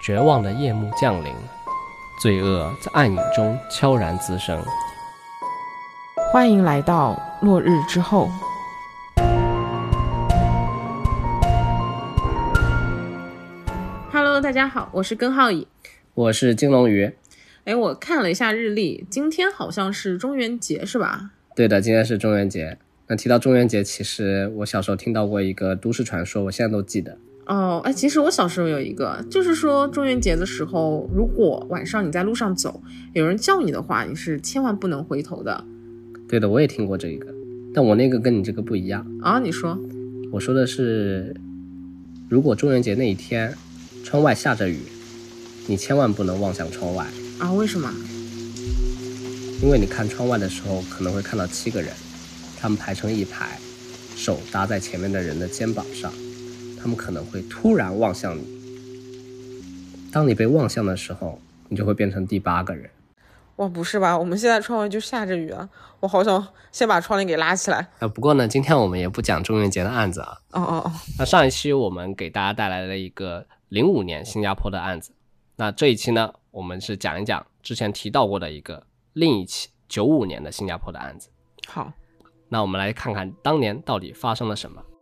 绝望的夜幕降临，罪恶在暗影中悄然滋生。 欢迎来到落日之后。Hello， 大家好，我是根浩乙， 我是金龙鱼。 我看了一下日历，今天好像是中元节是吧？ 对的，今天是中元节。那提到中元节，其实我小时候听到过一个都市传说，我现在都记得。 其实我小时候有一个，就是说中元节的时候，如果晚上你在路上走，有人叫你的话，你是千万不能回头的。 对的，我也听过这个，但我那个跟你这个不一样啊。你说？ 我说的是，如果中元节那一天窗外下着雨，你千万不能望向窗外啊。为什么？ 因为你看窗外的时候可能会看到7个人，他们排成一排，手搭在前面的人的肩膀上，他们可能会突然望向你。当你被望向的时候，你就会变成第8个人。 哇，不是吧？我们现在窗外就下着雨啊，我好想先把窗帘给拉起来。 不过呢，今天我们也不讲中元节的案子啊。那上一期我们给大家带来了一个05年新加坡的案子，那这一期呢，我们是讲一讲之前提到过的一个另一起95年的新加坡的案子。 好， 那我们来看看当年到底发生了什么。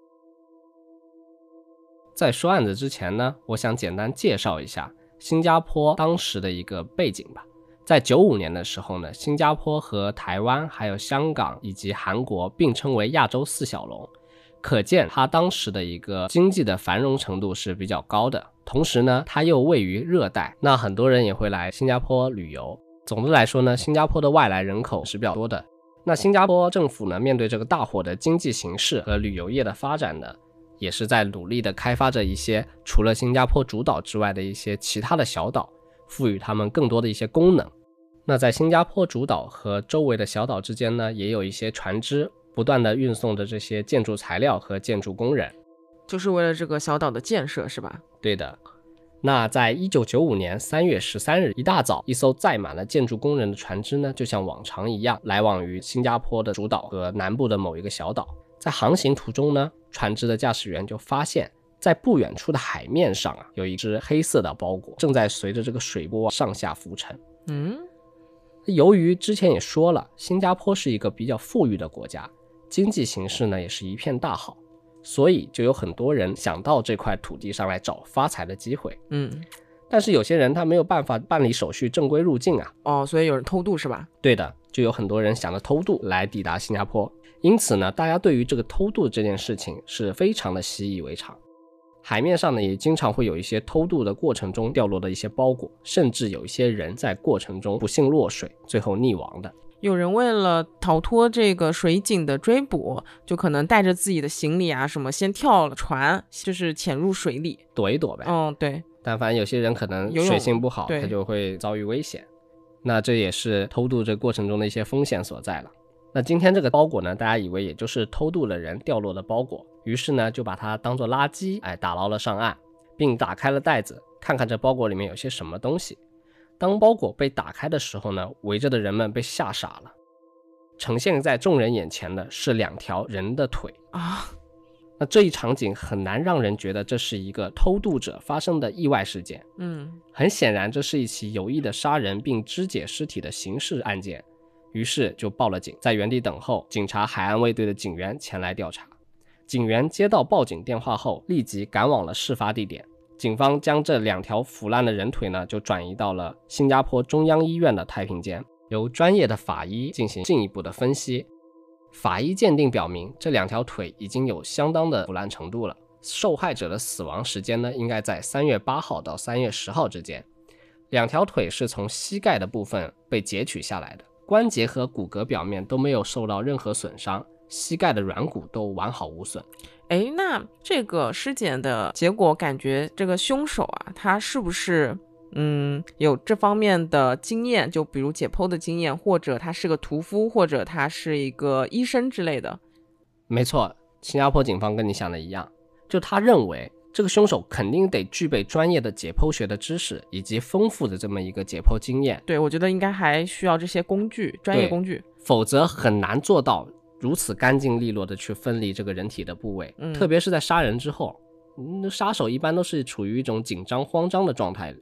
在说案子之前呢，我想简单介绍一下新加坡当时的一个背景吧。在95年的时候呢，新加坡和台湾还有香港以及韩国并称为亚洲4小龙，可见它当时的一个经济的繁荣程度是比较高的。同时呢，它又位于热带，那很多人也会来新加坡旅游。总的来说呢，新加坡的外来人口是比较多的。那新加坡政府呢，面对这个大火的经济形势和旅游业的发展呢，也是在努力的开发着一些除了新加坡主岛之外的一些其他的小岛，赋予他们更多的一些功能。那在新加坡主岛和周围的小岛之间呢，也有一些船只不断的运送着这些建筑材料和建筑工人， 就是为了这个小岛的建设是吧？ 对的。那在1995年3月13日一大早，一艘载满了建筑工人的船只呢，就像往常一样来往于新加坡的主岛和南部的某一个小岛。在航行途中呢，船只的驾驶员就发现在不远处的海面上有一只黑色的包裹正在随着这个水波上下浮沉。由于之前也说了，新加坡是一个比较富裕的国家，经济形势呢也是一片大好，所以就有很多人想到这块土地上来找发财的机会。但是有些人他没有办法办理手续正规入境啊。 所以有人偷渡是吧？ 对的，就有很多人想着偷渡来抵达新加坡。因此呢，大家对于这个偷渡这件事情是非常的习以为常。海面上呢，也经常会有一些偷渡的过程中掉落的一些包裹，甚至有一些人在过程中不幸落水，最后溺亡的。 有人为了逃脱这个水警的追捕，就可能带着自己的行李什么先跳了船，就是潜入水里躲一躲呗。 对。 但凡有些人可能水性不好，他就会遭遇危险。那这也是偷渡这过程中的一些风险所在了。那今天这个包裹呢，大家以为也就是偷渡的人掉落的包裹，于是呢就把它当作垃圾打捞了上岸，并打开了袋子，看看这包裹里面有些什么东西。当包裹被打开的时候呢，围着的人们被吓傻了，呈现在众人眼前的是2条人的腿那这一场景很难让人觉得这是一个偷渡者发生的意外事件。很显然这是一起有意的杀人并肢解尸体的刑事案件，于是就报了警，在原地等候警察海岸卫队的警员前来调查。警员接到报警电话后，立即赶往了事发地点。警方将这2条腐烂的人腿呢，就转移到了新加坡中央医院的太平间，由专业的法医进行进一步的分析。法医鉴定表明，这2条腿已经有相当的腐烂程度了。受害者的死亡时间呢，应该在3月8号到3月10号之间。2条腿是从膝盖的部分被截取下来的，关节和骨骼表面都没有受到任何损伤，膝盖的软骨都完好无损。 那这个尸检的结果，感觉这个凶手他是不是有这方面的经验，就比如解剖的经验，或者他是个屠夫，或者他是一个医生之类的？ 没错，新加坡警方跟你想的一样，就他认为这个凶手肯定得具备专业的解剖学的知识以及丰富的这么一个解剖经验。 对，我觉得应该还需要这些工具，专业工具， 否则很难做到如此干净利落的去分离这个人体的部位。特别是在杀人之后，杀手一般都是处于一种紧张慌张的状态，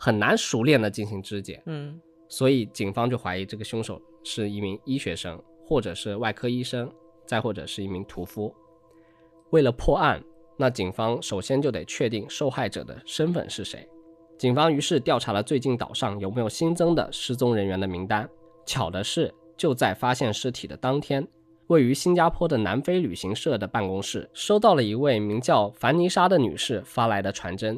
很难熟练的进行肢解。所以警方就怀疑这个凶手是一名医学生，或者是外科医生，再或者是一名屠夫。为了破案，那警方首先就得确定受害者的身份是谁。警方于是调查了最近岛上有没有新增的失踪人员的名单。巧的是，就在发现尸体的当天，位于新加坡的南非旅行社的办公室收到了一位名叫凡妮莎的女士发来的传真。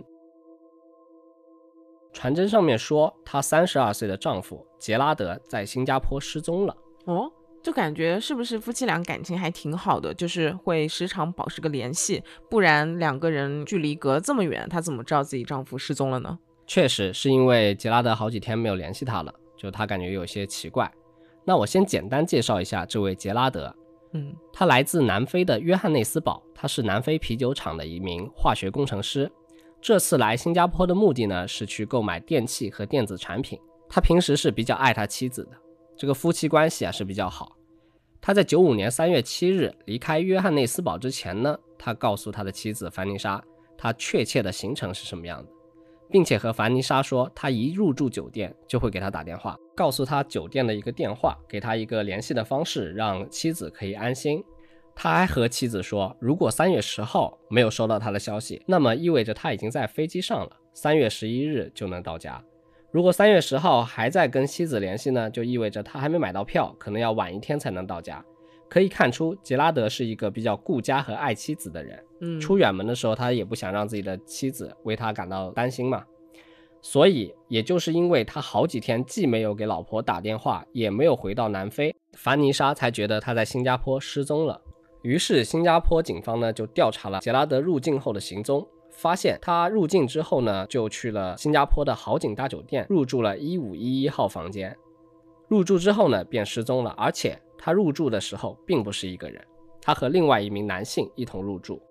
传真上面说，她32岁的丈夫杰拉德在新加坡失踪了。 就感觉是不是夫妻俩感情还挺好的，就是会时常保持个联系，不然两个人距离隔了这么远，她怎么知道自己丈夫失踪了呢？ 确实是因为杰拉德好几天没有联系她了，就她感觉有些奇怪。那我先简单介绍一下这位杰拉德。他来自南非的约翰内斯堡，他是南非啤酒厂的一名化学工程师。这次来新加坡的目的呢，是去购买电器和电子产品。他平时是比较爱他妻子的，这个夫妻关系是比较好。他在95年3月7日离开约翰内斯堡之前呢，他告诉他的妻子凡妮莎他确切的行程是什么样的，并且和凡妮莎说他一入住酒店就会给他打电话，告诉他酒店的一个电话，给他一个联系的方式，让妻子可以安心。他还和妻子说，如果3月10号没有收到他的消息，那么意味着他已经在飞机上了，3月11日就能到家。如果3月10号还在跟妻子联系呢，就意味着他还没买到票，可能要晚一天才能到家。可以看出杰拉德是一个比较顾家和爱妻子的人。出远门的时候他也不想让自己的妻子为他感到担心嘛。所以也就是因为他好几天既没有给老婆打电话，也没有回到南非，凡妮莎才觉得他在新加坡失踪了。于是新加坡警方呢就调查了杰拉德入境后的行踪，发现他入境之后呢就去了新加坡的豪景大酒店，入住了1511号房间。入住之后呢便失踪了，而且他入住的时候并不是一个人，他和另外一名男性一同入住。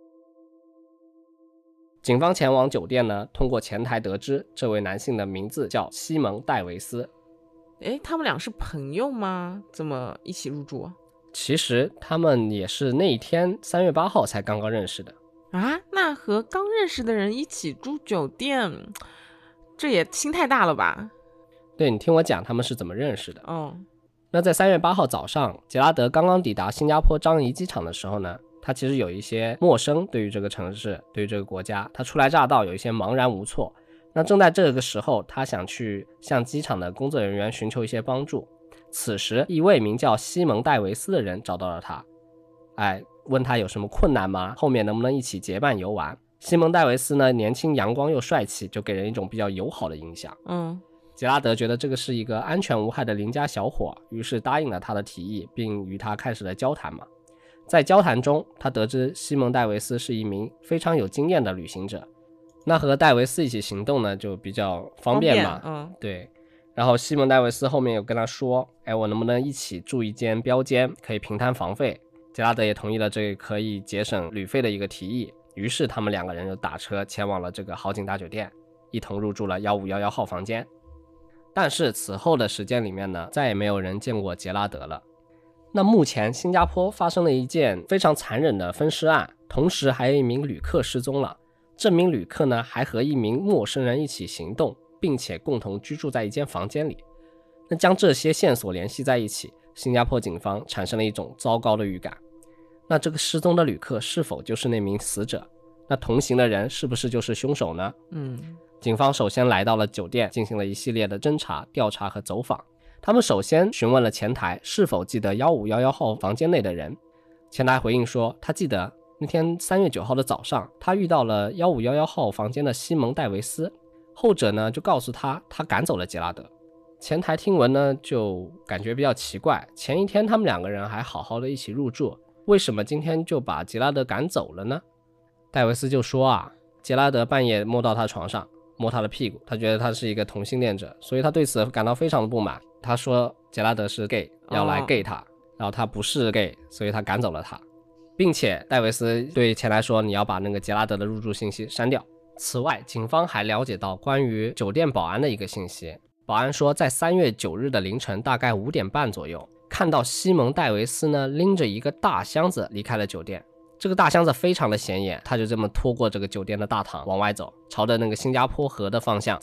警方前往酒店呢，通过前台得知这位男性的名字叫西蒙·戴维斯。 他们俩是朋友吗？怎么一起入住啊？ 其实他们也是那一天3月8号才刚刚认识的啊。那和刚认识的人一起住酒店，这也心太大了吧？ 对，你听我讲他们是怎么认识的。那在3月8号早上，杰拉德刚刚抵达新加坡樟宜机场的时候呢，他其实有一些陌生，对于这个城市，对于这个国家，他初来乍到，有一些茫然无措。那正在这个时候，他想去向机场的工作人员寻求一些帮助。此时一位名叫西蒙·戴维斯的人找到了他，问他有什么困难吗？后面能不能一起结伴游玩？西蒙·戴维斯呢，年轻阳光又帅气，就给人一种比较友好的印象。杰拉德觉得这个是一个安全无害的邻家小伙，于是答应了他的提议，并与他开始了交谈嘛。在交谈中，他得知西蒙·戴维斯是一名非常有经验的旅行者，那和戴维斯一起行动呢就比较方便嘛。对。然后西蒙·戴维斯后面有跟他说，我能不能一起住一间标间，可以平摊房费。杰拉德也同意了这个可以节省旅费的一个提议，于是他们两个人就打车前往了这个豪景大酒店，一同入住了1511号房间。但是此后的时间里面呢，再也没有人见过杰拉德了。那目前新加坡发生了一件非常残忍的分尸案，同时还有一名旅客失踪了。这名旅客呢还和一名陌生人一起行动，并且共同居住在一间房间里。那将这些线索联系在一起，新加坡警方产生了一种糟糕的预感。那这个失踪的旅客是否就是那名死者？那同行的人是不是就是凶手呢？警方首先来到了酒店，进行了一系列的侦查、调查和走访。他们首先询问了前台是否记得1511号房间内的人。前台回应说，他记得那天3月9号的早上，他遇到了1511号房间的西蒙·戴维斯。后者呢就告诉他赶走了杰拉德。前台听闻呢就感觉比较奇怪，前一天他们两个人还好好的一起入住，为什么今天就把杰拉德赶走了呢？戴维斯就说杰拉德半夜摸到他床上，摸他的屁股，他觉得他是一个同性恋者，所以他对此感到非常的不满。他说杰拉德是 gay， 要来 gay 他，然后他不是 gay， 所以他赶走了他，并且戴维斯对前台说，你要把那个杰拉德的入住信息删掉。此外，警方还了解到关于酒店保安的一个信息，保安说在3月9日的凌晨大概5点半左右，看到西蒙·戴维斯呢拎着一个大箱子离开了酒店。这个大箱子非常的显眼，他就这么拖过这个酒店的大堂往外走，朝着那个新加坡河的方向走。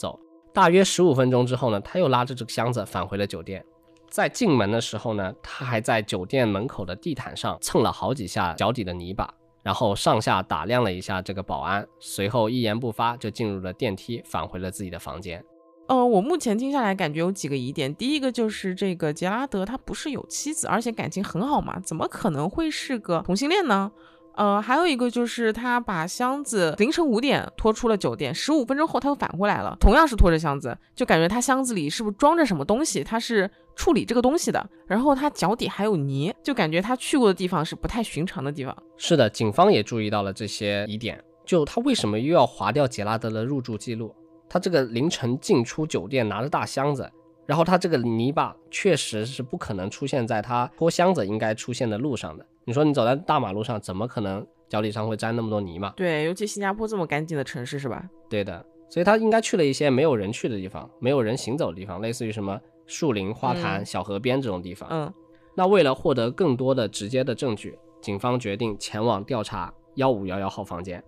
大约15分钟之后呢，他又拉着这个箱子返回了酒店。在进门的时候呢，他还在酒店门口的地毯上蹭了好几下脚底的泥巴，然后上下打量了一下这个保安，随后一言不发就进入了电梯，返回了自己的房间。 我目前听下来感觉有几个疑点。第一个就是这个杰拉德他不是有妻子，而且感情很好嘛，怎么可能会是个同性恋呢？还有一个就是他把箱子凌晨5点拖出了酒店，15分钟后他又返回来了，同样是拖着箱子，就感觉他箱子里是不是装着什么东西，他是处理这个东西的。然后他脚底还有泥，就感觉他去过的地方是不太寻常的地方。 是的，警方也注意到了这些疑点，就他为什么又要划掉杰拉德的入住记录？他这个凌晨进出酒店拿着大箱子，然后他这个泥巴确实是不可能出现在他拖箱子应该出现的路上的。你说你走在大马路上，怎么可能脚底上会沾那么多泥嘛？ 对，尤其新加坡这么干净的城市是吧？ 对的，所以他应该去了一些没有人去的地方，没有人行走的地方，类似于什么树林、花坛、小河边这种地方。那为了获得更多的直接的证据，警方决定前往调查1511号房间。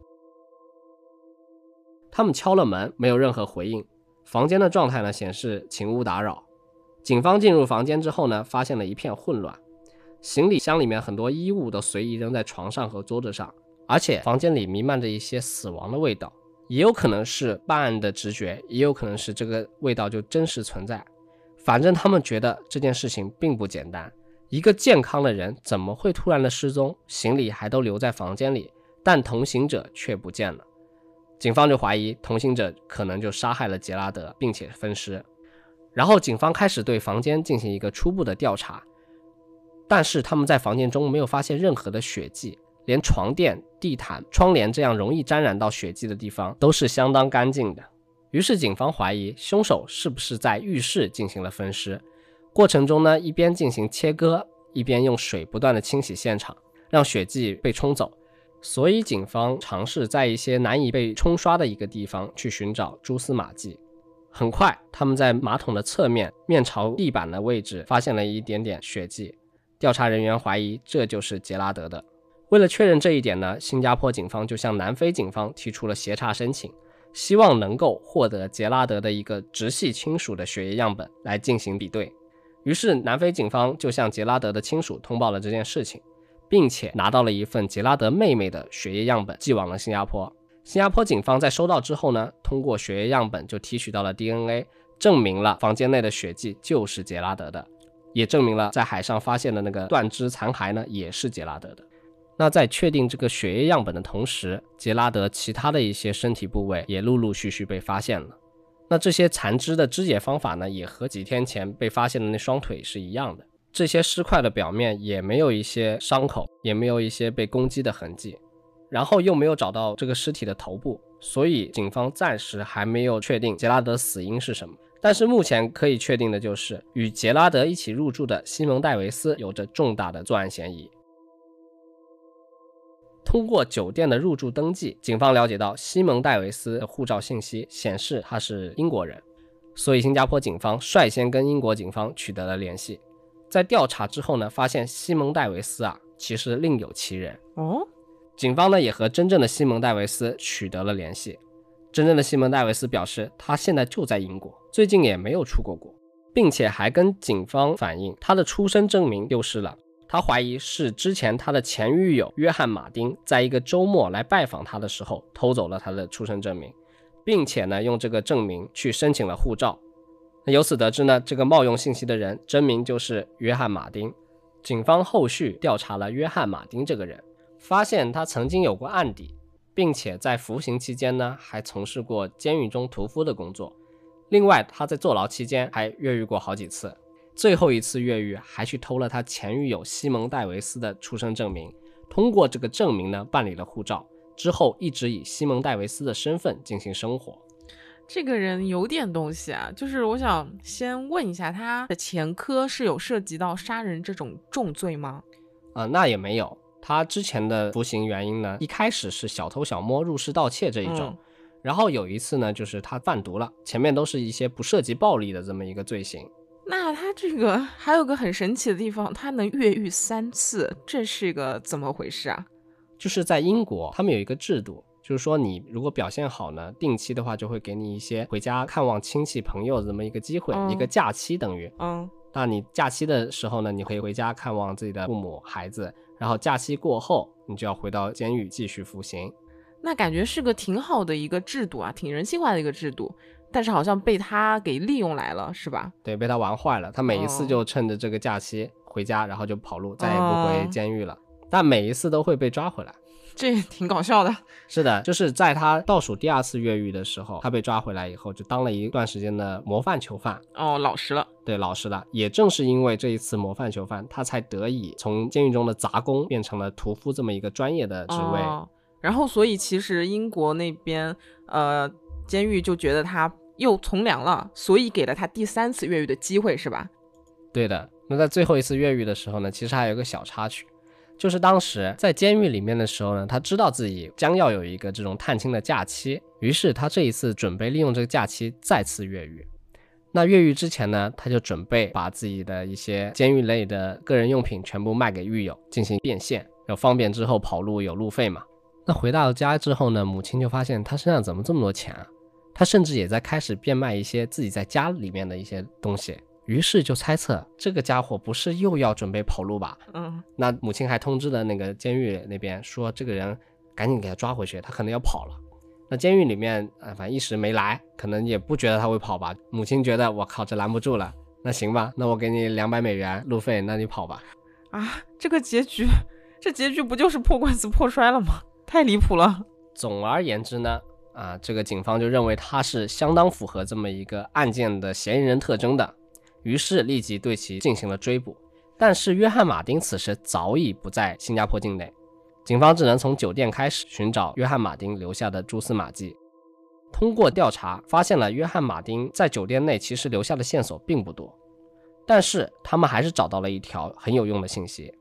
他们敲了门，没有任何回应，房间的状态呢显示请勿打扰。警方进入房间之后呢，发现了一片混乱，行李箱里面很多衣物都随意扔在床上和桌子上，而且房间里弥漫着一些死亡的味道，也有可能是办案的直觉，也有可能是这个味道就真实存在。反正他们觉得这件事情并不简单，一个健康的人怎么会突然的失踪，行李还都留在房间里，但同行者却不见了。警方就怀疑同行者可能就杀害了杰拉德并且分尸。然后警方开始对房间进行一个初步的调查，但是他们在房间中没有发现任何的血迹，连床垫、地毯、窗帘这样容易沾染到血迹的地方都是相当干净的。于是警方怀疑凶手是不是在浴室进行了分尸，过程中呢，一边进行切割，一边用水不断的清洗现场，让血迹被冲走。所以警方尝试在一些难以被冲刷的一个地方去寻找蛛丝马迹。很快他们在马桶的侧面面朝地板的位置发现了一点点血迹，调查人员怀疑这就是杰拉德的。为了确认这一点呢，新加坡警方就向南非警方提出了协查申请，希望能够获得杰拉德的一个直系亲属的血液样本来进行比对。于是南非警方就向杰拉德的亲属通报了这件事情，并且拿到了一份杰拉德妹妹的血液样本寄往了新加坡。新加坡警方在收到之后呢，通过血液样本就提取到了 DNA， 证明了房间内的血迹就是杰拉德的，也证明了在海上发现的那个断肢残骸呢也是杰拉德的。那在确定这个血液样本的同时，杰拉德其他的一些身体部位也陆陆续续被发现了。那这些残肢的肢解方法呢，也和几天前被发现的那双腿是一样的。这些尸块的表面也没有一些伤口，也没有一些被攻击的痕迹，然后又没有找到这个尸体的头部，所以警方暂时还没有确定杰拉德死因是什么。但是目前可以确定的就是与杰拉德一起入住的西蒙戴维斯有着重大的作案嫌疑。通过酒店的入住登记，警方了解到西蒙戴维斯的护照信息显示他是英国人，所以新加坡警方率先跟英国警方取得了联系。在调查之后呢，发现西蒙戴维斯其实另有其人。警方呢也和真正的西蒙戴维斯取得了联系。真正的西蒙戴维斯表示他现在就在英国，最近也没有出过国，并且还跟警方反映他的出生证明丢失了。他怀疑是之前他的前狱友约翰马丁在一个周末来拜访他的时候偷走了他的出生证明，并且呢用这个证明去申请了护照。由此得知呢，这个冒用信息的人真名就是约翰马丁。警方后续调查了约翰马丁这个人，发现他曾经有过案底，并且在服刑期间呢还从事过监狱中屠夫的工作。另外他在坐牢期间还越狱过好几次，最后一次越狱还去偷了他前狱友西蒙戴维斯的出生证明，通过这个证明呢办理了护照，之后一直以西蒙戴维斯的身份进行生活。 这个人有点东西就是我想先问一下，他的前科是有涉及到杀人这种重罪吗？ 那也没有。他之前的服刑原因呢，一开始是小偷小摸、入室盗窃这一种，然后有一次呢就是他贩毒了，前面都是一些不涉及暴力的这么一个罪行。 那他这个还有个很神奇的地方，他能越狱3次，这是一个怎么回事啊？ 就是在英国他们有一个制度， 就是说你如果表现好呢，定期的话就会给你一些回家看望亲戚朋友这么一个机会，一个假期等于。那你假期的时候呢，你可以回家看望自己的父母孩子，然后假期过后你就要回到监狱继续服刑。 那感觉是个挺好的一个制度啊，挺人性化的一个制度，但是好像被他给利用来了，是吧？ 对，被他玩坏了。他每一次就趁着这个假期回家，然后就跑路，再也不回监狱了。但每一次都会被抓回来， 这也挺搞笑的。 是的，就是在他倒数第2次越狱的时候，他被抓回来以后就当了一段时间的模范囚犯。 老实了。 对，老实了。也正是因为这一次模范囚犯，他才得以从监狱中的杂工变成了屠夫这么一个专业的职位。 然后所以其实英国那边监狱就觉得他又从良了，所以给了他第3次越狱的机会，是吧？ 对的。那在最后一次越狱的时候呢，其实还有一个小插曲，就是当时在监狱里面的时候呢，他知道自己将要有一个这种探亲的假期，于是他这一次准备利用这个假期再次越狱。那越狱之前呢，他就准备把自己的一些监狱类的个人用品全部卖给狱友进行变现，要方便之后跑路有路费嘛。那回到家之后呢，母亲就发现他身上怎么这么多钱啊，他甚至也在开始变卖一些自己在家里面的一些东西，于是就猜测这个家伙不是又要准备跑路吧。那母亲还通知了那个监狱那边说这个人赶紧给他抓回去，他可能要跑了。那监狱里面反正一时没来，可能也不觉得他会跑吧。母亲觉得我靠，这拦不住了，那行吧，那我给你200美元路费，那你跑吧。 这个结局，这结局不就是破罐子破摔了吗？太离谱了。 总而言之呢，这个警方就认为他是相当符合这么一个案件的嫌疑人特征的，于是立即对其进行了追捕。但是约翰马丁此时早已不在新加坡境内，警方只能从酒店开始寻找约翰马丁留下的蛛丝马迹。通过调查发现了约翰马丁在酒店内其实留下的线索并不多，但是他们还是找到了一条很有用的信息。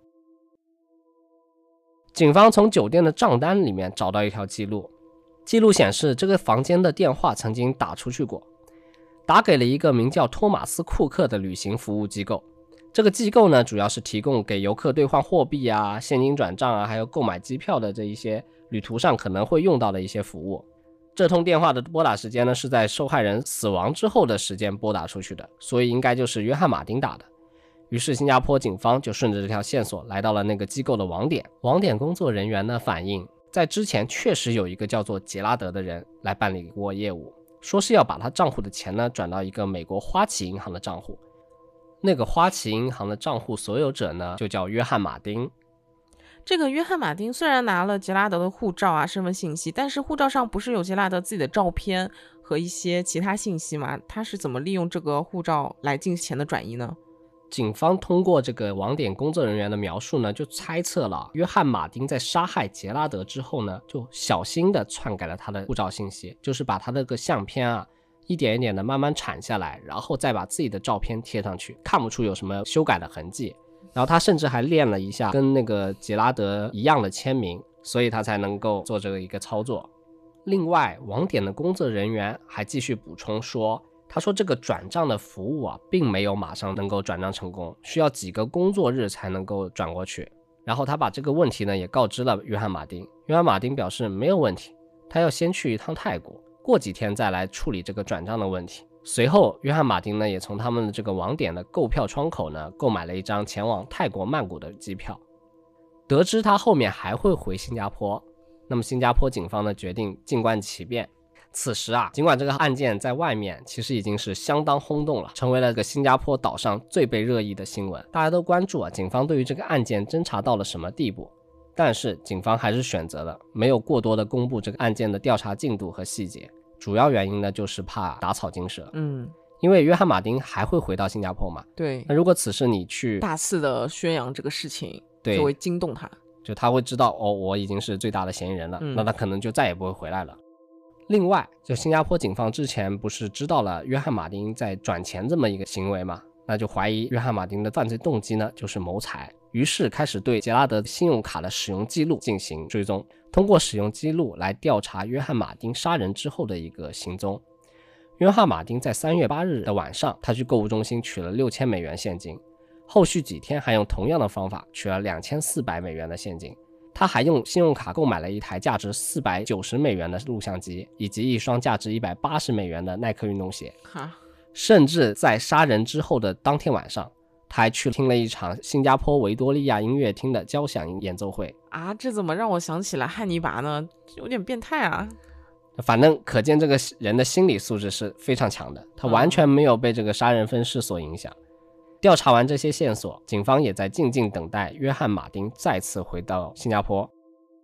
警方从酒店的账单里面找到一条记录，记录显示这个房间的电话曾经打出去过，打给了一个名叫托马斯·库克的旅行服务机构。这个机构呢，主要是提供给游客兑换货币啊、现金转账啊，还有购买机票的这一些旅途上可能会用到的一些服务。这通电话的拨打时间呢，是在受害人死亡之后的时间拨打出去的，所以应该就是约翰马丁打的。于是新加坡警方就顺着这条线索来到了那个机构的网点。网点工作人员呢反映，在之前确实有一个叫做杰拉德的人来办理过业务，说是要把他账户的钱呢转到一个美国花旗银行的账户。那个花旗银行的账户所有者呢就叫约翰马丁。 这个约翰马丁虽然拿了杰拉德的护照啊、身份信息，但是护照上不是有杰拉德自己的照片和一些其他信息吗？他是怎么利用这个护照来进行钱的转移呢？ 警方通过这个网点工作人员的描述呢，就猜测了约翰马丁在杀害杰拉德之后呢，就小心的篡改了他的护照信息，就是把他那个相片啊一点一点的慢慢铲下来，然后再把自己的照片贴上去，看不出有什么修改的痕迹。然后他甚至还练了一下跟那个杰拉德一样的签名，所以他才能够做这个一个操作。另外网点的工作人员还继续补充说，他说这个转账的服务啊，并没有马上能够转账成功，需要几个工作日才能够转过去。然后他把这个问题呢也告知了约翰马丁，约翰马丁表示没有问题，他要先去一趟泰国，过几天再来处理这个转账的问题。随后约翰马丁呢也从他们的这个网点的购票窗口呢购买了一张前往泰国曼谷的机票。得知他后面还会回新加坡，那么新加坡警方呢决定静观其变。此时啊，尽管这个案件在外面其实已经是相当轰动了，成为了个新加坡岛上最被热议的新闻，大家都关注啊警方对于这个案件侦查到了什么地步。但是警方还是选择了没有过多的公布这个案件的调查进度和细节，主要原因呢就是怕打草惊蛇。因为约翰马丁还会回到新加坡嘛。 对。 那如果此时你去大肆的宣扬这个事情， 对， 就会惊动他， 就他会知道我已经是最大的嫌疑人了，那他可能就再也不会回来了。另外，就新加坡警方之前不是知道了约翰马丁在转钱这么一个行为嘛，那就怀疑约翰马丁的犯罪动机呢就是谋财，于是开始对杰拉德信用卡的使用记录进行追踪，通过使用记录来调查约翰马丁杀人之后的一个行踪。约翰马丁在3月8日的晚上，他去购物中心取了6000美元现金，后续几天还用同样的方法取了2400美元的现金。 他还用信用卡购买了一台价值490美元的录像机，以及一双价值180美元的耐克运动鞋。甚至在杀人之后的当天晚上，他还去听了一场新加坡维多利亚音乐厅的交响演奏会。 这怎么让我想起了汉尼拔呢？有点变态啊。 反正可见这个人的心理素质是非常强的，他完全没有被这个杀人分尸所影响。调查完这些线索，警方也在静静等待约翰·马丁再次回到新加坡。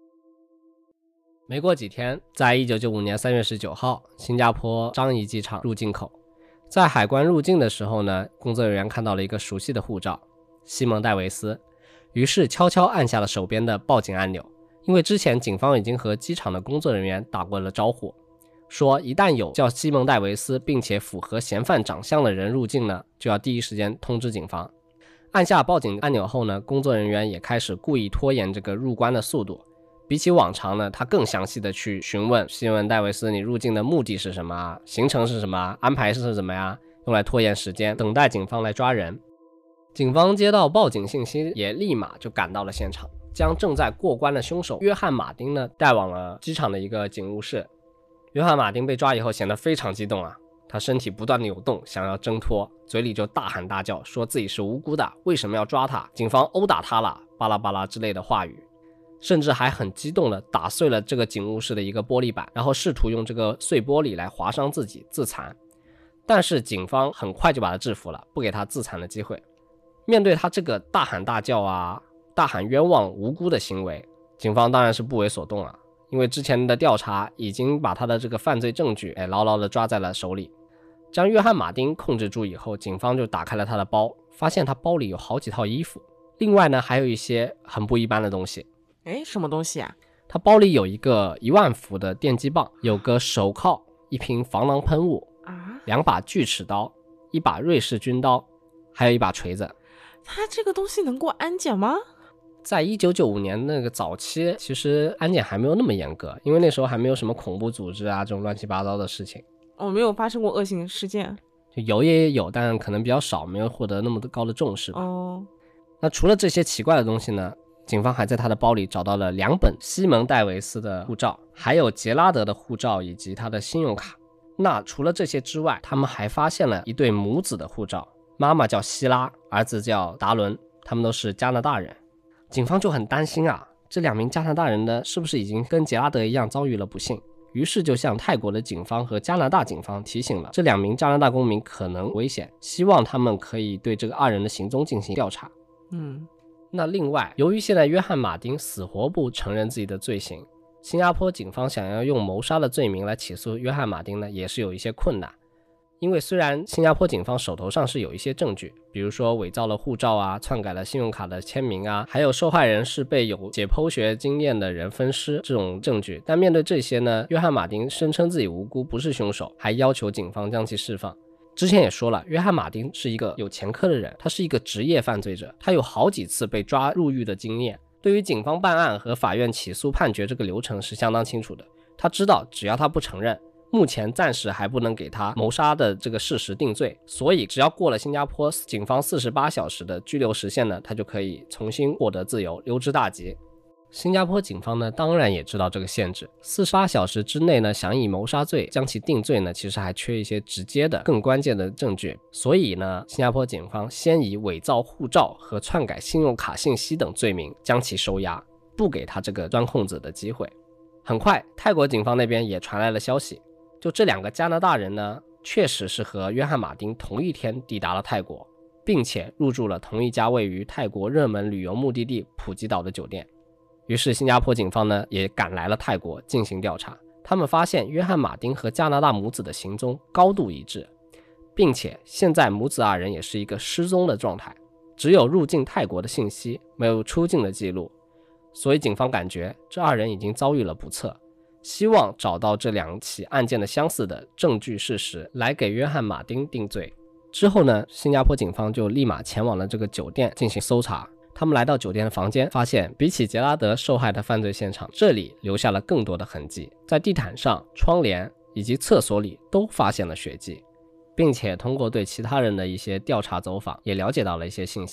没过几天，在1995年3月19号，新加坡樟宜机场入境口，在海关入境的时候呢，工作人员看到了一个熟悉的护照，西蒙·戴维斯，于是悄悄按下了手边的报警按钮。因为之前警方已经和机场的工作人员打过了招呼，说一旦有叫西蒙·戴维斯并且符合嫌犯长相的人入境呢，就要第一时间通知警方。按下报警按钮后呢，工作人员也开始故意拖延这个入关的速度。比起往常呢，他更详细的去询问西蒙·戴维斯，你入境的目的是什么？行程是什么？安排是什么呀？用来拖延时间，等待警方来抓人。警方接到报警信息，也立马就赶到了现场，将正在过关的凶手约翰·马丁呢带往了机场的一个警务室。约翰·马丁被抓以后显得非常激动啊，他身体不断扭动，想要挣脱，嘴里就大喊大叫，说自己是无辜的，为什么要抓他？警方殴打他了，巴拉巴拉之类的话语，甚至还很激动的打碎了这个警务室的一个玻璃板，然后试图用这个碎玻璃来划伤自己自残。但是警方很快就把他制服了，不给他自残的机会。面对他这个大喊大叫啊，大喊冤枉无辜的行为，警方当然是不为所动了，因为之前的调查已经把他的这个犯罪证据牢牢的抓在了手里。将约翰·马丁控制住以后，警方就打开了他的包，发现他包里有好几套衣服，另外呢还有一些很不一般的东西。 什么东西啊？ 他包里有一个1万伏的电击棒，有个手铐，一瓶防狼喷雾，2把锯齿刀，一把瑞士军刀，还有一把锤子。 他这个东西能过安检吗？ 在1995年那个早期，其实安检还没有那么严格，因为那时候还没有什么恐怖组织啊这种乱七八糟的事情。 没有发生过恶性事件。 就有也有，但可能比较少，没有获得那么高的重视吧。那除了这些奇怪的东西呢，警方还在他的包里找到了2本西蒙·戴维斯的护照，还有杰拉德的护照以及他的信用卡。那除了这些之外，他们还发现了一对母子的护照，妈妈叫希拉，儿子叫达伦，他们都是加拿大人。警方就很担心啊，这2名加拿大人呢，是不是已经跟杰拉德一样遭遇了不幸？于是就向泰国的警方和加拿大警方提醒了这2名加拿大公民可能危险，希望他们可以对这个2人的行踪进行调查。那另外，由于现在约翰·马丁死活不承认自己的罪行，新加坡警方想要用谋杀的罪名来起诉约翰·马丁呢，也是有一些困难。因为虽然新加坡警方手头上是有一些证据，比如说伪造了护照啊，篡改了信用卡的签名啊，还有受害人是被有解剖学经验的人分尸这种证据，但面对这些呢，约翰·马丁声称自己无辜，不是凶手，还要求警方将其释放。之前也说了，约翰·马丁是一个有前科的人，他是一个职业犯罪者，他有好几次被抓入狱的经验，对于警方办案和法院起诉判决这个流程是相当清楚的。他知道只要他不承认，目前暂时还不能给他谋杀的这个事实定罪，所以只要过了新加坡警方48小时的拘留时限呢，他就可以重新获得自由，溜之大吉。新加坡警方呢，当然也知道这个限制，48小时之内呢，想以谋杀罪将其定罪呢，其实还缺一些直接的、更关键的证据。所以呢，新加坡警方先以伪造护照和篡改信用卡信息等罪名将其收押，不给他这个钻空子的机会。很快，泰国警方那边也传来了消息，就这2个加拿大人呢，确实是和约翰·马丁同一天抵达了泰国，并且入住了同一家位于泰国热门旅游目的地普吉岛的酒店。于是新加坡警方呢也赶来了泰国进行调查，他们发现约翰·马丁和加拿大母子的行踪高度一致，并且现在母子2人也是一个失踪的状态，只有入境泰国的信息，没有出境的记录。所以警方感觉这2人已经遭遇了不测，希望找到这2起案件的相似的证据事实，来给约翰·马丁定罪。之后呢，新加坡警方就立马前往了这个酒店进行搜查。他们来到酒店的房间，发现比起杰拉德受害的犯罪现场，这里留下了更多的痕迹，在地毯上、窗帘以及厕所里都发现了血迹，并且通过对其他人的一些调查走访，也了解到了一些信息。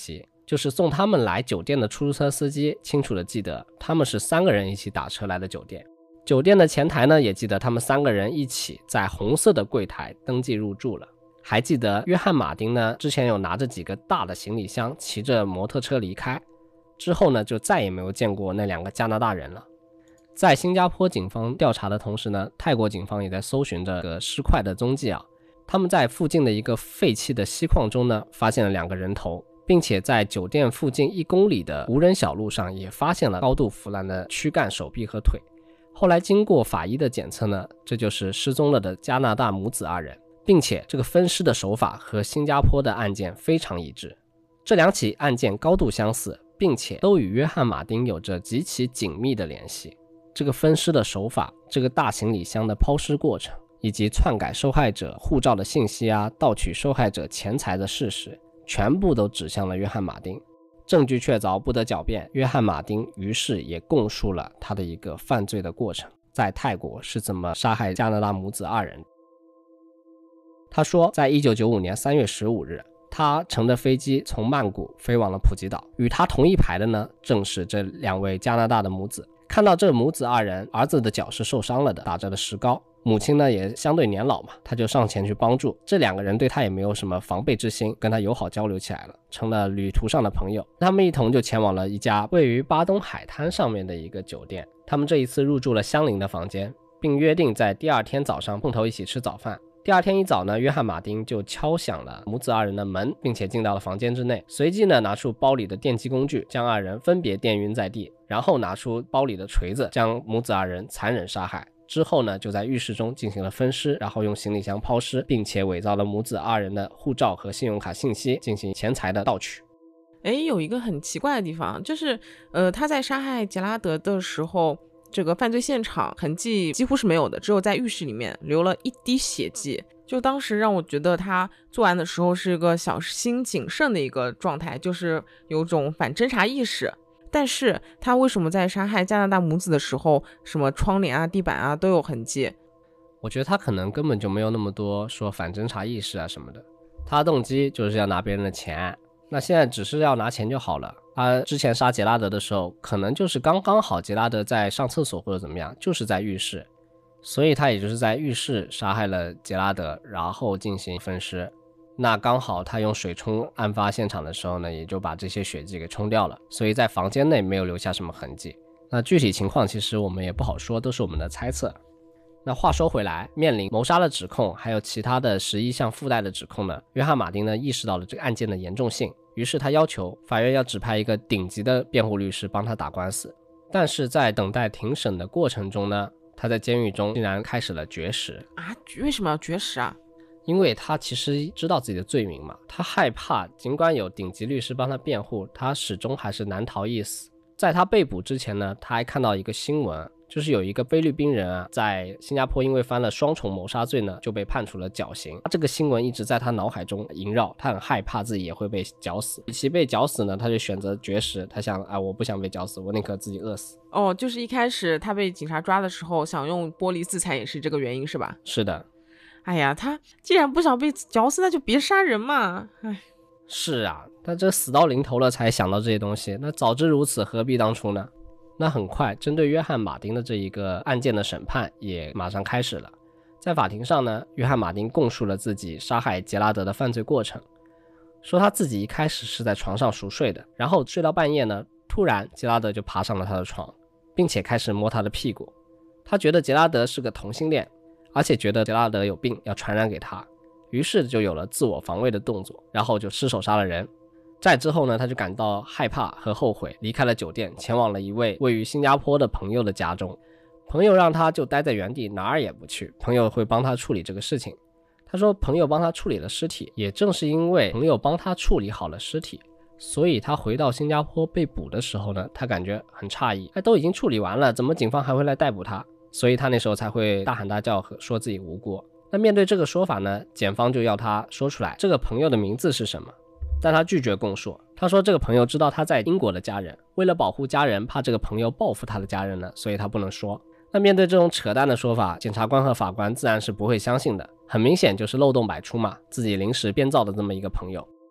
就是送他们来酒店的出租车司机清楚地记得他们是3个人一起打车来的酒店。酒店的前台呢也记得他们3个人一起在红色的柜台登记入住了。还记得约翰马丁呢之前有拿着几个大的行李箱骑着摩托车离开，之后呢就再也没有见过那2个加拿大人了。在新加坡警方调查的同时呢，泰国警方也在搜寻这个尸块的踪迹啊。他们在附近的一个废弃的锡矿中呢发现了2个人头，并且在酒店附近1公里的无人小路上也发现了高度腐烂的躯干、手臂和腿。后来经过法医的检测呢，这就是失踪了的加拿大母子2人，并且这个分尸的手法和新加坡的案件非常一致。这2起案件高度相似，并且都与约翰马丁有着极其紧密的联系。这个分尸的手法，这个大行李箱的抛尸过程，以及篡改受害者护照的信息啊，盗取受害者钱财的事实，全部都指向了约翰马丁。证据确凿，不得狡辩，约翰马丁于是也供述了他的一个犯罪的过程，在泰国是怎么杀害加拿大母子2人。他说在1995年3月15日，他乘着飞机从曼谷飞往了普吉岛，与他同一排的呢正是这2位加拿大的母子。看到这母子2人，儿子的脚是受伤了的，打着的石膏，母亲呢也相对年老嘛，他就上前去帮助。这2个人对他也没有什么防备之心，跟他友好交流起来了，成了旅途上的朋友。他们一同就前往了一家位于巴东海滩上面的一个酒店，他们这一次入住了相邻的房间，并约定在第2天早上碰头一起吃早饭。第2天一早呢，约翰马丁就敲响了母子2人的门，并且进到了房间之内，随即呢拿出包里的电击工具，将2人分别电晕在地，然后拿出包里的锤子，将母子2人残忍杀害。之后呢就在浴室中进行了分尸，然后用行李箱抛尸，并且伪造了母子2人的护照和信用卡信息，进行钱财的盗取。 有一个很奇怪的地方，就是他在杀害杰拉德的时候，这个犯罪现场痕迹几乎是没有的，只有在浴室里面留了一滴血迹。就当时让我觉得他作案的时候是一个小心谨慎的一个状态，就是有种反侦查意识。但是他为什么在杀害加拿大母子的时候，什么窗帘啊、地板啊都有痕迹？ 我觉得他可能根本就没有那么多说反侦查意识啊什么的，他的动机就是要拿别人的钱，那现在只是要拿钱就好了。他之前杀杰拉德的时候，可能就是刚刚好杰拉德在上厕所或者怎么样，就是在浴室，所以他也就是在浴室杀害了杰拉德，然后进行分尸。那刚好他用水冲案发现场的时候呢，也就把这些血迹给冲掉了，所以在房间内没有留下什么痕迹。那具体情况其实我们也不好说，都是我们的猜测。那话说回来，面临谋杀的指控还有其他的11项附带的指控呢，约翰马丁呢意识到了这个案件的严重性，于是他要求法院要指派一个顶级的辩护律师帮他打官司。但是在等待庭审的过程中呢，他在监狱中竟然开始了绝食啊！为什么要绝食啊？ 因为他其实知道自己的罪名嘛，他害怕尽管有顶级律师帮他辩护，他始终还是难逃一死。在他被捕之前呢，他还看到一个新闻，就是有一个菲律宾人啊，在新加坡因为犯了双重谋杀罪呢，就被判处了绞刑。这个新闻一直在他脑海中萦绕，他很害怕自己也会被绞死。与其被绞死呢，他就选择绝食。他想，我不想被绞死，我宁可自己饿死。 就是一开始他被警察抓的时候，想用玻璃自裁也是这个原因是吧？ 是的。 哎呀，他既然不想被绞死，那就别杀人嘛。 是啊，他这死到临头了才想到这些东西，那早知如此何必当初呢？那很快针对约翰马丁的这一个案件的审判也马上开始了。在法庭上呢，约翰马丁供述了自己杀害杰拉德的犯罪过程，说他自己一开始是在床上熟睡的，然后睡到半夜呢，突然杰拉德就爬上了他的床，并且开始摸他的屁股。他觉得杰拉德是个同性恋，而且觉得杰拉德有病要传染给他，于是就有了自我防卫的动作，然后就失手杀了人。再之后呢，他就感到害怕和后悔，离开了酒店，前往了一位位于新加坡的朋友的家中。朋友让他就待在原地，哪儿也不去，朋友会帮他处理这个事情。他说朋友帮他处理了尸体，也正是因为朋友帮他处理好了尸体，所以他回到新加坡被捕的时候呢，他感觉很诧异，都已经处理完了，怎么警方还会来逮捕他？所以他那时候才会大喊大叫和说自己无辜。那面对这个说法呢，检方就要他说出来这个朋友的名字是什么，但他拒绝供述。他说这个朋友知道他在英国的家人，为了保护家人，怕这个朋友报复他的家人呢，所以他不能说。那面对这种扯淡的说法，检察官和法官自然是不会相信的，很明显就是漏洞百出嘛，自己临时编造的这么一个朋友。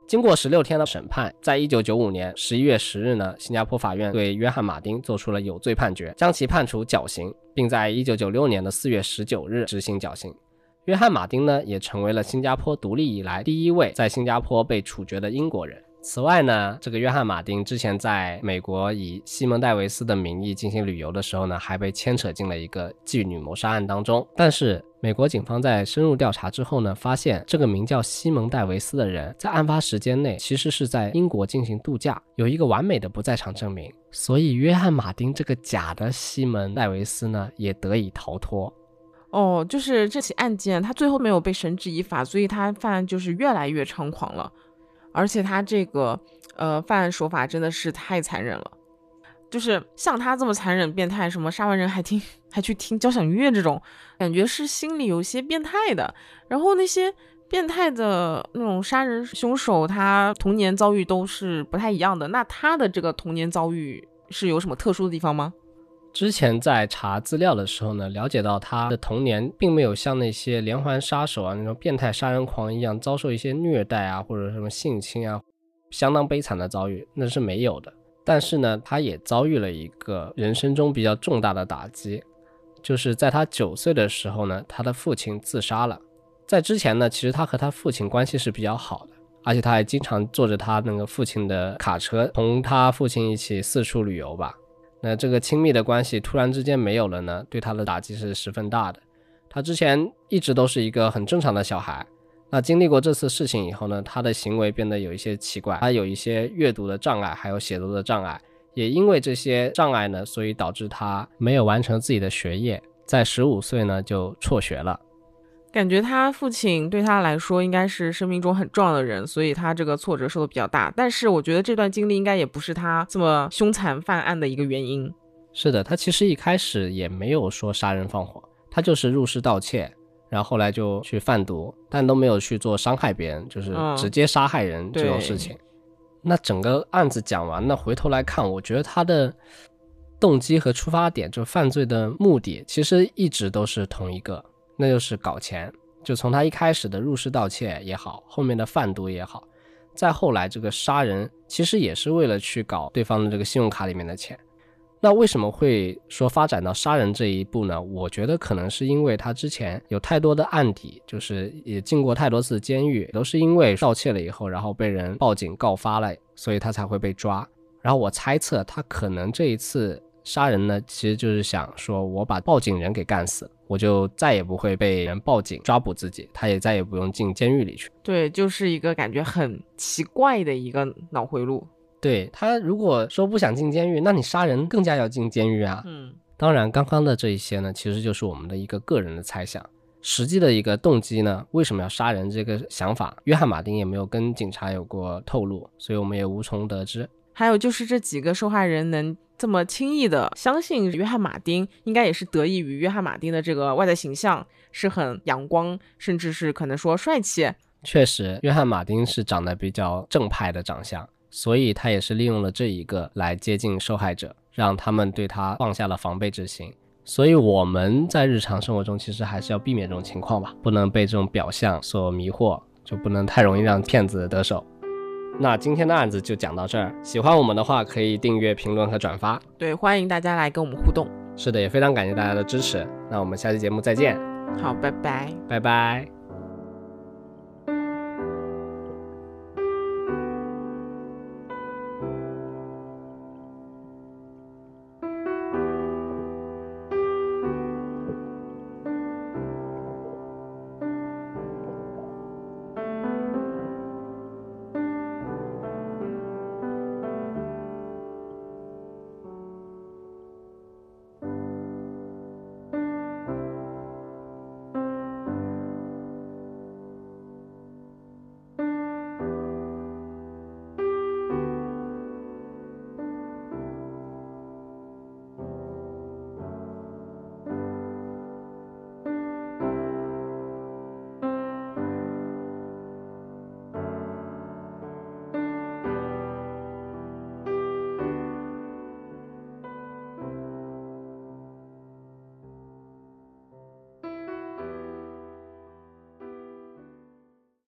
经过16天的审判，在1995年11月10日呢，新加坡法院对约翰马丁做出了有罪判决，将其判处绞刑，并在1996年的4月19日执行绞刑。约翰马丁呢，也成为了新加坡独立以来第一位在新加坡被处决的英国人。此外呢，这个约翰马丁之前在美国以西蒙戴维斯的名义进行旅游的时候呢，还被牵扯进了一个妓女谋杀案当中。但是美国警方在深入调查之后呢，发现这个名叫西蒙戴维斯的人在案发时间内其实是在英国进行度假，有一个完美的不在场证明，所以约翰马丁这个假的西蒙戴维斯呢也得以逃脱。 就是这起案件他最后没有被绳之以法，所以他犯案就是越来越猖狂了，而且他这个犯案手法真的是太残忍了，就是像他这么残忍变态，什么杀完人还去听交响乐，这种感觉是心里有些变态的。然后那些变态的那种杀人凶手，他童年遭遇都是不太一样的，那他的这个童年遭遇是有什么特殊的地方吗？ 之前在查资料的时候呢，了解到他的童年并没有像那些连环杀手啊那种变态杀人狂一样遭受一些虐待啊或者什么性侵啊相当悲惨的遭遇，那是没有的。但是呢，他也遭遇了一个人生中比较重大的打击，就是在他9岁的时候呢，他的父亲自杀了。在之前呢，其实他和他父亲关系是比较好的，而且他还经常坐着他那个父亲的卡车同他父亲一起四处旅游吧。那这个亲密的关系突然之间没有了呢，对他的打击是十分大的。他之前一直都是一个很正常的小孩，那经历过这次事情以后呢，他的行为变得有一些奇怪，他有一些阅读的障碍还有写作的障碍，也因为这些障碍呢，所以导致他没有完成自己的学业，在15岁呢就辍学了。 感觉他父亲对他来说应该是生命中很重要的人，所以他这个挫折受得比较大。但是我觉得这段经历应该也不是他这么凶残犯案的一个原因。 是的，他其实一开始也没有说杀人放火，他就是入室盗窃，然后后来就去贩毒，但都没有去做伤害别人，就是直接杀害人这种事情。那整个案子讲完了，回头来看，我觉得他的动机和出发点，就犯罪的目的其实一直都是同一个，那就是搞钱。就从他一开始的入室盗窃也好，后面的贩毒也好，再后来这个杀人，其实也是为了去搞对方的这个信用卡里面的钱。那为什么会说发展到杀人这一步呢？我觉得可能是因为他之前有太多的案底，就是也进过太多次监狱，都是因为盗窃了以后，然后被人报警告发了，所以他才会被抓。然后我猜测他可能这一次杀人呢，其实就是想说我把报警人给干死，我就再也不会被人报警抓捕自己，他也再也不用进监狱里去。 对，就是一个感觉很奇怪的一个脑回路。 对，他如果说不想进监狱，那你杀人更加要进监狱啊。当然刚刚的这一些呢，其实就是我们的一个个人的猜想，实际的一个动机呢，为什么要杀人这个想法，约翰马丁也没有跟警察有过透露，所以我们也无从得知。 还有就是这几个受害人能这么轻易的相信约翰马丁，应该也是得益于约翰马丁的这个外在形象是很阳光，甚至是可能说帅气。 确实约翰马丁是长得比较正派的长相，所以他也是利用了这一个来接近受害者，让他们对他放下了防备之心。所以我们在日常生活中其实还是要避免这种情况吧，不能被这种表象所迷惑，就不能太容易让骗子得手。那今天的案子就讲到这儿，喜欢我们的话可以订阅、评论和转发。 对，欢迎大家来跟我们互动。 是的，也非常感谢大家的支持。那我们下期节目再见。 好，拜拜。 拜拜。